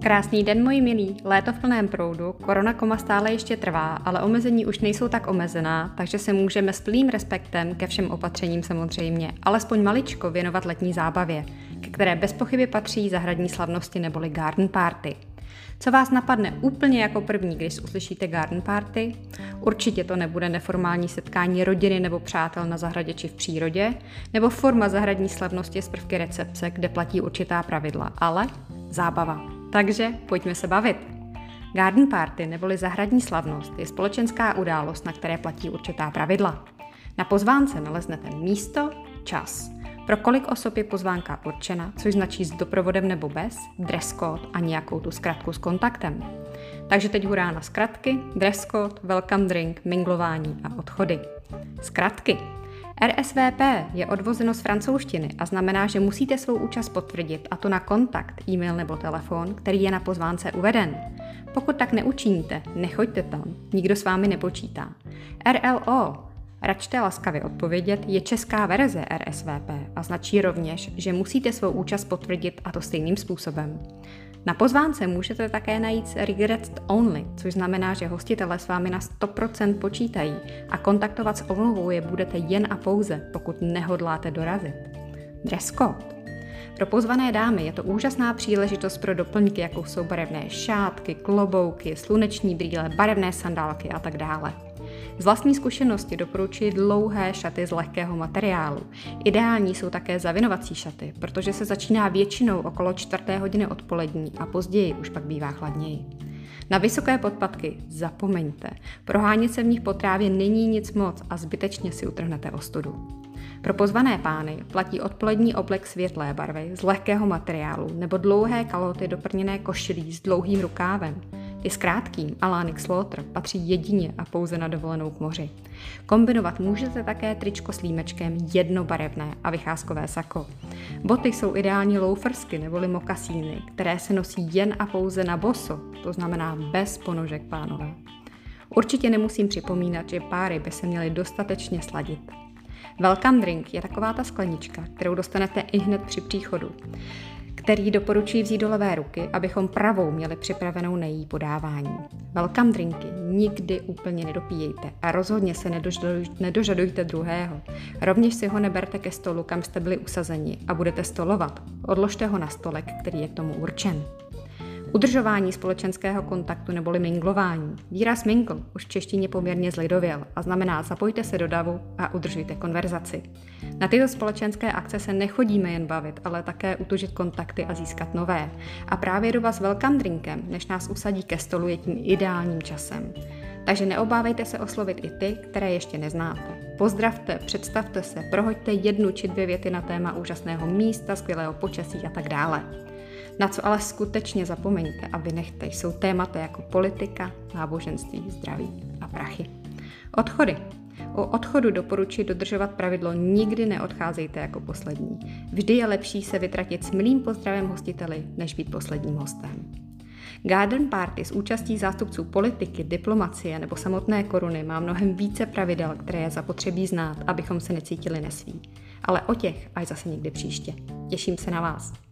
Krásný den, moji milí, léto v plném proudu, koronakoma stále ještě trvá, ale omezení už nejsou tak omezená, takže se můžeme s plným respektem ke všem opatřením samozřejmě alespoň maličko věnovat letní zábavě, ke které bez pochyby patří zahradní slavnosti neboli garden party. Co vás napadne úplně jako první, když uslyšíte garden party? Určitě to nebude neformální setkání rodiny nebo přátel na zahradě či v přírodě, nebo forma zahradní slavnosti z prvky recepce, kde platí určitá pravidla, ale zábava. Takže pojďme se bavit. Garden party neboli zahradní slavnost je společenská událost, na které platí určitá pravidla. Na pozvánce naleznete místo, čas. Pro kolik osob je pozvánka určena, což značí s doprovodem nebo bez, dress code a nějakou tu zkratku s kontaktem. Takže teď hurá na zkratky, dress code, welcome drink, minglování a odchody. Zkratky. RSVP je odvozeno z francouzštiny a znamená, že musíte svou účast potvrdit, a to na kontakt, e-mail nebo telefon, který je na pozvánce uveden. Pokud tak neučiníte, nechoďte tam, nikdo s vámi nepočítá. RLO, račte laskavě odpovědět, je česká verze RSVP a značí rovněž, že musíte svou účast potvrdit, a to stejným způsobem. Na pozvánce můžete také najít regrets only, což znamená, že hostitelé s vámi na 100% počítají a kontaktovat s omluvou je budete jen a pouze, pokud nehodláte dorazit. Dress code. Pro pozvané dámy je to úžasná příležitost pro doplňky, jako jsou barevné šátky, klobouky, sluneční brýle, barevné sandálky a tak dále. Z vlastní zkušenosti doporučuji dlouhé šaty z lehkého materiálu. Ideální jsou také zavinovací šaty, protože se začíná většinou okolo 4. hodiny odpolední a později už pak bývá chladněji. Na vysoké podpatky zapomeňte. Prohánět se v nich po trávě není nic moc a zbytečně si utrhnete ostudu. Pro pozvané pány platí odpolední oblek světlé barvy z lehkého materiálu nebo dlouhé kalhoty doplněné košilí s dlouhým rukávem. Ty s krátkým a lány Slaughter patří jedině a pouze na dovolenou k moři. Kombinovat můžete také tričko s límečkem jednobarevné a vycházkové sako. Boty jsou ideální loafersky neboli mokasíny, které se nosí jen a pouze na boso, to znamená bez ponožek, pánové. Určitě nemusím připomínat, že páry by se měly dostatečně sladit. Welcome drink je taková ta sklenička, kterou dostanete ihned při příchodu, který doporučuji vzít do levé ruky, abychom pravou měli připravenou na její podávání. Welcome drinky nikdy úplně nedopíjejte a rozhodně se nedožadujte druhého. Rovněž si ho neberte ke stolu, kam jste byli usazeni a budete stolovat. Odložte ho na stolek, který je k tomu určen. Udržování společenského kontaktu neboli minglování. Výraz mingle už v češtině poměrně zlidověl a znamená zapojte se do davu a udržujte konverzaci. Na tyto společenské akce se nechodíme jen bavit, ale také utužit kontakty a získat nové. A právě doba s welcome drinkem, než nás usadí ke stolu, je tím ideálním časem. Takže neobávejte se oslovit i ty, které ještě neznáte. Pozdravte, představte se, prohoďte 1 či 2 věty na téma úžasného místa, skvělého počasí a tak dále. Na co ale skutečně zapomeňte a vynechte, jsou témata jako politika, náboženství, zdraví a prachy. Odchody. U odchodu doporučuji dodržovat pravidlo nikdy neodcházejte jako poslední. Vždy je lepší se vytratit s milým pozdravem hostiteli, než být posledním hostem. Garden party s účastí zástupců politiky, diplomacie nebo samotné koruny má mnohem více pravidel, které je zapotřebí znát, abychom se necítili nesví. Ale o těch až zase někdy příště. Těším se na vás.